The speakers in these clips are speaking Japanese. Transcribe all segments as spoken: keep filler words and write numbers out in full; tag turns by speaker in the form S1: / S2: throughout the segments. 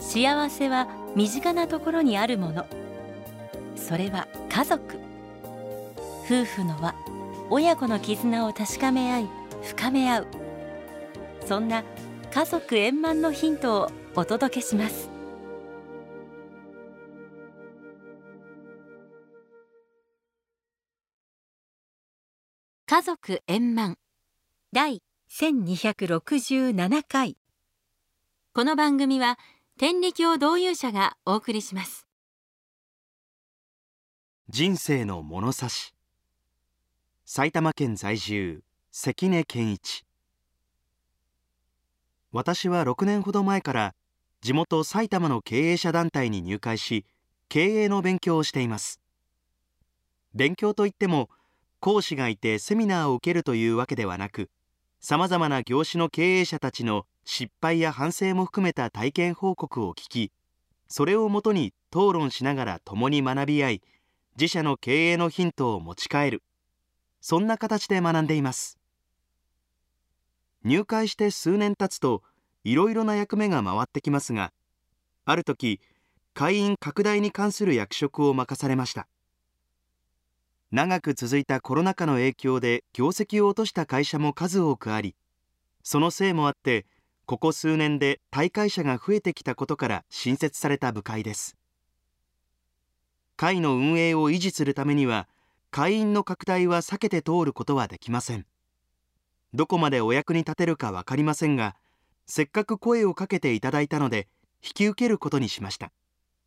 S1: 幸せは身近なところにあるもの。それは家族。夫婦の輪、親子の絆を確かめ合い、深め合う。そんな家族円満のヒントをお届けします。家族円満第せんにひゃくろくじゅうななかい。この番組は天理教導遊者がお送りします。
S2: 人生の物差し。埼玉県在住、関根健一。私はろくねんほど前から地元埼玉の経営者団体に入会し、経営の勉強をしています。勉強といっても講師がいてセミナーを受けるというわけではなく、さまざまな業種の経営者たちの失敗や反省も含めた体験報告を聞き、それをもとに討論しながら共に学び合い、自社の経営のヒントを持ち帰る、そんな形で学んでいます。入会して数年経つといろいろな役目が回ってきますが、ある時会員拡大に関する役職を任されました。長く続いたコロナ禍の影響で業績を落とした会社も数多くあり、そのせいもあってここ数年で退会者が増えてきたことから新設された部会です。会の運営を維持するためには会員の拡大は避けて通ることはできません。どこまでお役に立てるか分かりませんが、せっかく声をかけていただいたので引き受けることにしました。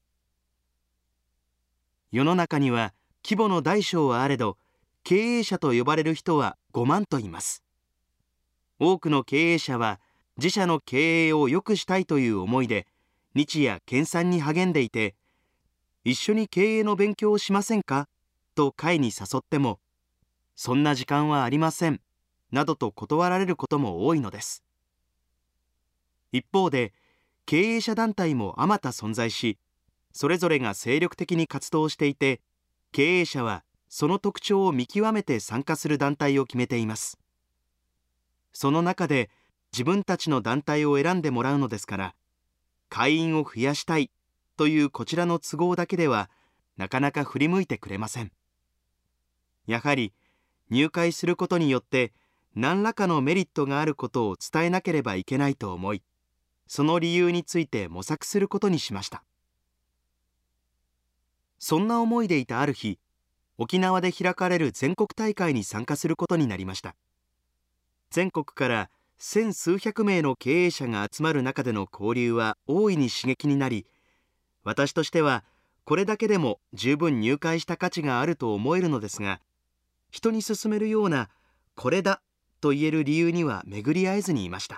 S2: 世の中には規模の大小はあれど、経営者と呼ばれる人はごまんといます。多くの経営者は自社の経営を良くしたいという思いで日夜研鑽に励んでいて、一緒に経営の勉強をしませんかと会に誘っても、そんな時間はありませんなどと断られることも多いのです。一方で経営者団体もあまた存在し、それぞれが精力的に活動していて、経営者はその特徴を見極めて参加する団体を決めています。その中で自分たちの団体を選んでもらうのですから、会員を増やしたいというこちらの都合だけではなかなか振り向いてくれません。やはり入会することによって何らかのメリットがあることを伝えなければいけないと思い、その理由について模索することにしました。そんな思いでいたある日、沖縄で開かれる全国大会に参加することになりました。全国から千数百名の経営者が集まる中での交流は大いに刺激になり、私としてはこれだけでも十分入会した価値があると思えるのですが、人に勧めるようなこれだと言える理由には巡り合えずにいました。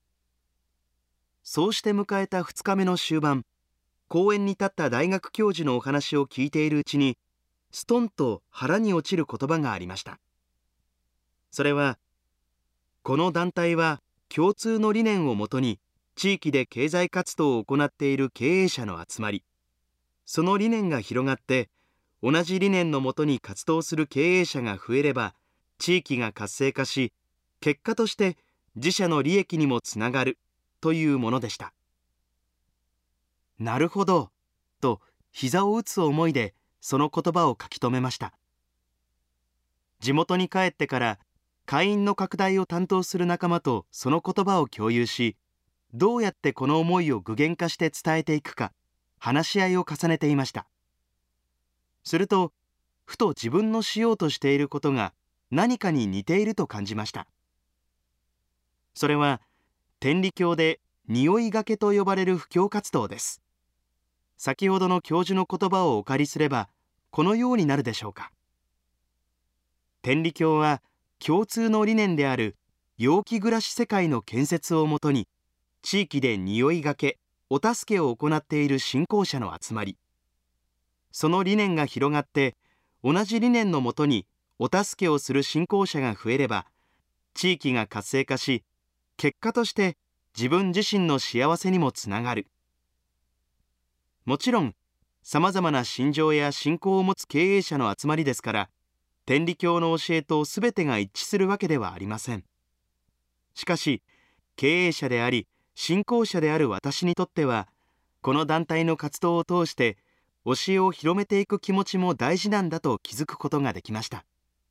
S2: そうして迎えたふつかめの終盤、講演に立った大学教授のお話を聞いているうちに、ストンと腹に落ちる言葉がありました。それは、この団体は共通の理念をもとに地域で経済活動を行っている経営者の集まり。その理念が広がって同じ理念のもとに活動する経営者が増えれば地域が活性化し、結果として自社の利益にもつながるというものでした。なるほどと膝を打つ思いでその言葉を書き留めました。地元に帰ってから会員の拡大を担当する仲間とその言葉を共有し、どうやってこの思いを具現化して伝えていくか話し合いを重ねていました。するとふと自分のしようとしていることが何かに似ていると感じました。それは天理教で匂いがけと呼ばれる布教活動です。先ほどの教授の言葉をお借りすればこのようになるでしょうか。天理教は共通の理念である陽気暮らし世界の建設をもとに、地域で匂いがけ、お助けを行っている信仰者の集まり。その理念が広がって同じ理念のもとにお助けをする信仰者が増えれば地域が活性化し、結果として自分自身の幸せにもつながる。もちろんさまざまな信条や信仰を持つ経営者の集まりですから、天理教の教えとすべてが一致するわけではありません。しかし経営者であり信仰者である私にとっては、 この団体の活動を通して教えを広めていく気持ちも大事なんだと気づくことができました。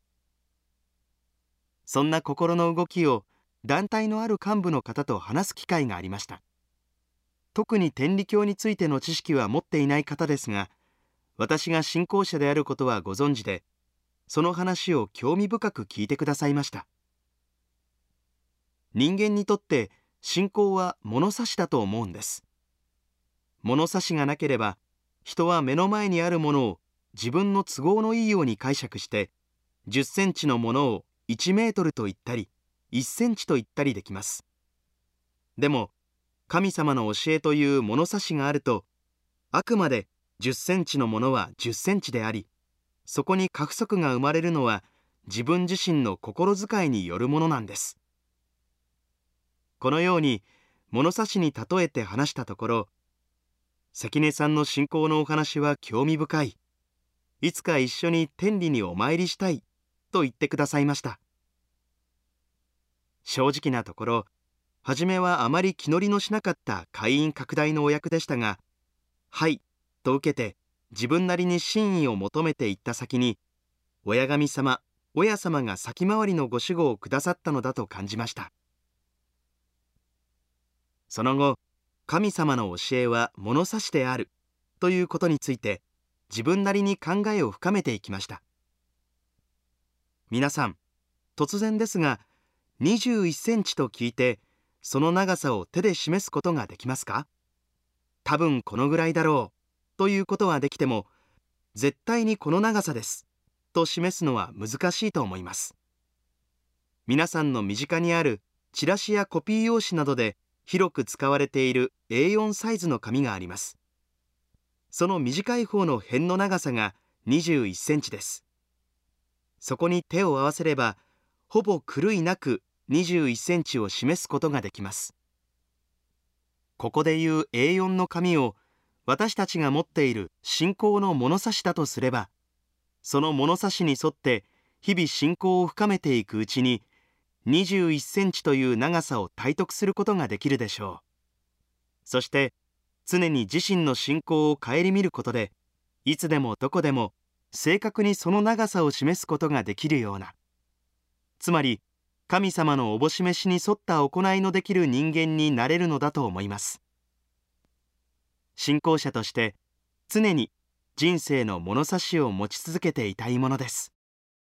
S2: そんな心の動きを団体のある幹部の方と話す機会がありました。特に天理教についての知識は持っていない方ですが、私が信仰者であることはご存知で、その話を興味深く聞いてくださいました。人間にとって信仰は物差しだと思うんです。物差しがなければ、人は目の前にあるものを自分の都合のいいように解釈して、じゅっセンチのものをいちメートルと言ったり、いっセンチと言ったりできます。でも、神様の教えという物差しがあると、あくまでじゅっセンチのものはじゅっセンチであり、そこに過不足が生まれるのは自分自身の心遣いによるものなんです。このように物差しに例えて話したところ、関根さんの信仰のお話は興味深い。いつか一緒に天理にお参りしたいと言ってくださいました。正直なところ、初めはあまり気乗りのしなかった会員拡大のお役でしたが、はいと受けて自分なりに真意を求めていった先に、親神様、親様が先回りのご守護をくださったのだと感じました。その後、神様の教えは物差しであるということについて、自分なりに考えを深めていきました。皆さん、突然ですが、にじゅういっセンチと聞いて、その長さを手で示すことができますか？多分このぐらいだろうということはできても、絶対にこの長さですと示すのは難しいと思います。皆さんの身近にあるチラシやコピー用紙などで広く使われている エーよん サイズの紙があります。その短い方の辺の長さがにじゅういっセンチです。そこに手を合わせれば、ほぼ狂いなくにじゅういっセンチを示すことができます。ここでいう エーよん の紙を私たちが持っている信仰の物差しだとすれば、その物差しに沿って日々信仰を深めていくうちに、にじゅういっセンチという長さを体得することができるでしょう。そして常に自身の信仰を顧みることで、いつでもどこでも正確にその長さを示すことができるような、つまり神様のおぼし召しに沿った行いのできる人間になれるのだと思います。信仰者として常に人生の物差しを持ち続けていたいものです。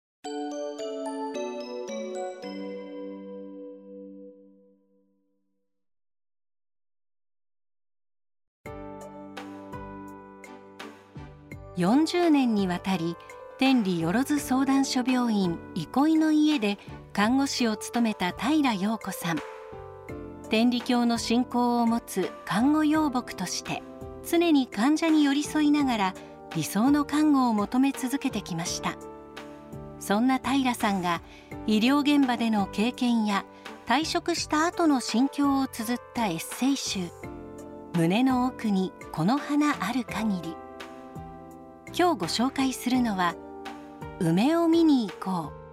S1: よんじゅうねんにわたり天理よろず相談所病院憩いの家で看護師を務めた平陽子さん。天理教の信仰を持つ看護養牧として常に患者に寄り添いながら理想の看護を求め続けてきました。そんな平さんが医療現場での経験や退職した後の心境を綴ったエッセイ集「胸の奥にこの花ある限り」。今日ご紹介するのは梅を見に行こう。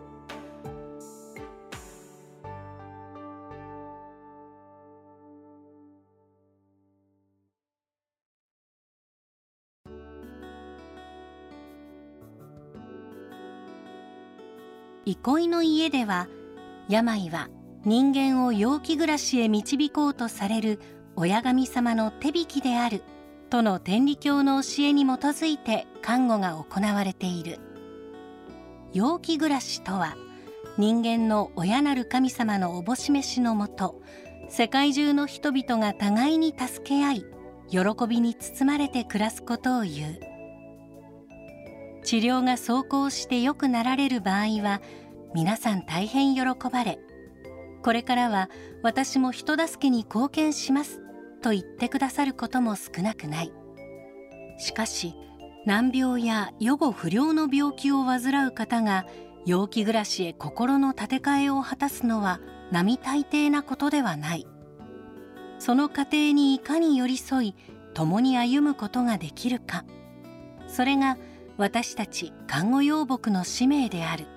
S1: 憩いの家では、病は人間を陽気暮らしへ導こうとされる親神様の手引きであるとの天理教の教えに基づいて看護が行われている。陽気暮らしとは、人間の親なる神様のおぼし召しのもと、世界中の人々が互いに助け合い、喜びに包まれて暮らすことを言う。治療が奏功して良くなられる場合は、皆さん大変喜ばれ、これからは私も人助けに貢献しますと言ってくださることも少なくない。しかし、難病や予後不良の病気を患う方が陽気暮らしへ心の立て替えを果たすのは並大抵なことではない。その過程にいかに寄り添い、共に歩むことができるか、それが私たち看護養牧の使命である。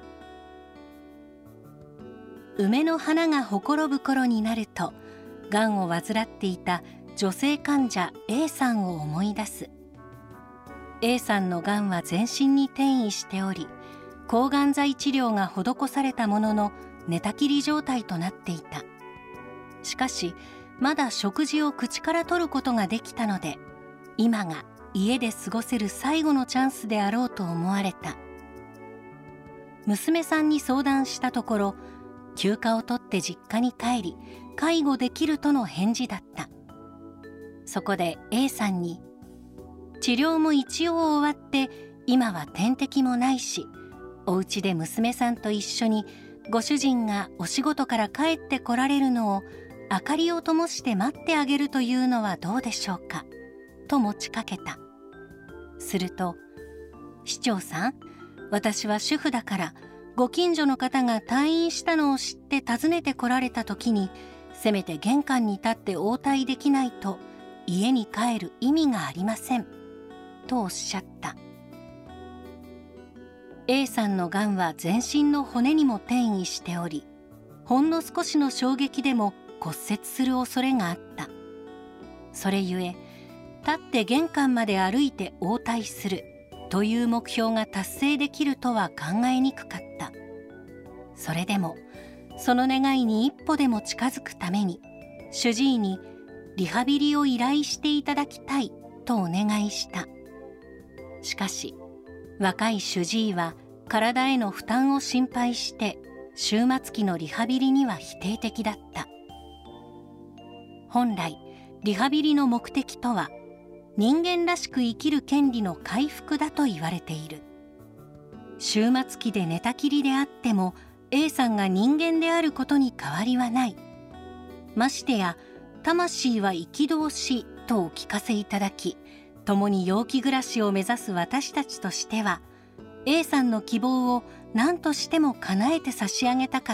S1: 梅の花がほころぶ頃になると、がんを患っていた
S3: 女性患者 A さんを思い出す。 A さんのがんは全身に転移しており、抗がん剤治療が施されたものの寝たきり状態となっていた。しかしまだ食事を口から取ることができたので、今が家で過ごせる最後のチャンスであろうと思われた。娘さんに相談したところ、休暇を取って実家に帰り介護できるとの返事だった。そこで A さんに、治療も一応終わって今は点滴もないし、お家で娘さんと一緒にご主人がお仕事から帰ってこられるのを明かりを灯して待ってあげるというのはどうでしょうかと持ちかけた。すると、市長さん、私は主婦だからご近所の方が退院したのを知って訪ねてこられた時に、せめて玄関に立って応対できないと家に帰る意味がありませんとおっしゃった。 A さんのがんは全身の骨にも転移しており、ほんの少しの衝撃でも骨折する恐れがあった。それゆえ立って玄関まで歩いて応対するという目標が達成できるとは考えにくかった。それでもその願いに一歩でも近づくために、主治医にリハビリを依頼していただきたいとお願いした。しかし若い主治医は体への負担を心配して終末期のリハビリには否定的だった。本来リハビリの目的とは人間らしく生きる権利の回復だと言われている。終末期で寝たきりであっても A さんが人間であることに変わりはない。ましてや魂は憤しとお聞かせいただき、共に陽気暮らしを目指す私たちとしては A さんの希望を何としても叶えて差し上げたかった。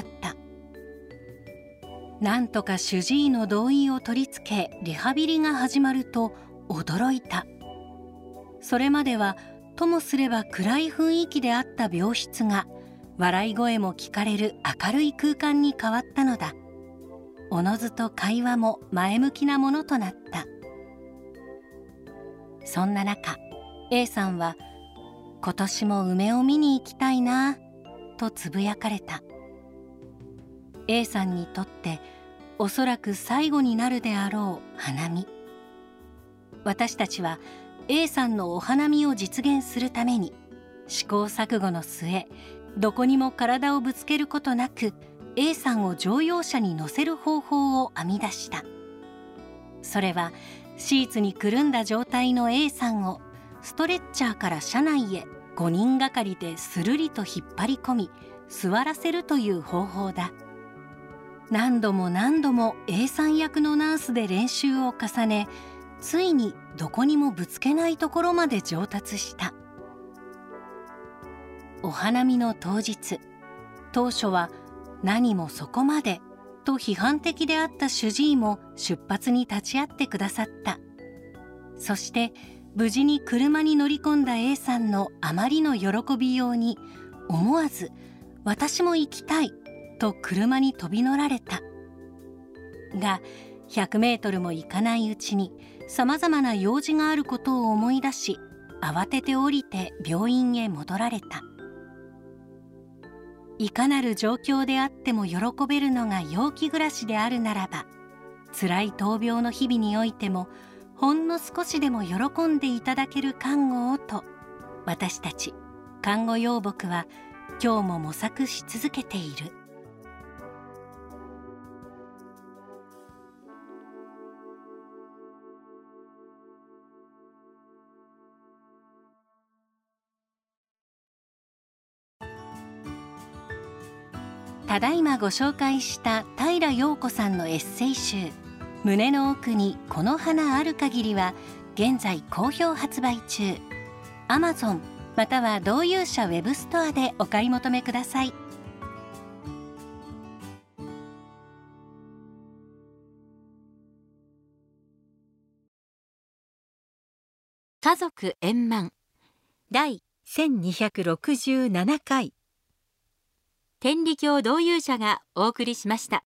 S3: なんとか主治医の同意を取り付けリハビリが始まると驚いた。それまではともすれば暗い雰囲気であった病室が笑い声も聞かれる明るい空間に変わったのだ。おのずと会話も前向きなものとなった。そんな中 A さんは今年も梅を見に行きたいなとつぶやかれた。 A さんにとっておそらく最後になるであろう花見。私たちは A さんのお花見を実現するために試行錯誤の末、どこにも体をぶつけることなく A さんを乗用車に乗せる方法を編み出した。それはシーツにくるんだ状態の A さんをストレッチャーから車内へごにんがかりでするりと引っ張り込み座らせるという方法だ。何度も何度も A さん役のナースで練習を重ね、ついにどこにもぶつけないところまで上達した。お花見の当日、当初は何もそこまでと批判的であった主治医も出発に立ち会ってくださった。そして無事に車に乗り込んだ A さんのあまりの喜びように、思わず私も行きたいと車に飛び乗られた。がひゃくメートルも行かないうちにさまざまな用事があることを思い出し、慌てて降りて病院へ戻られた。いかなる状況であっても喜べるのが陽気暮らしであるならば、辛い闘病の日々においてもほんの少しでも喜んでいただける看護をと、私たち看護養牧は今日も模索し続けている。ただいまご紹介した平陽子さんのエッセイ集「胸の奥にこの花ある限り」は現在好評発売中。 アマゾン または同友者ウェブストアでお買い求めください。
S1: 家族円満第せんにひゃくろくじゅうななかい、天理教同友者がお送りしました。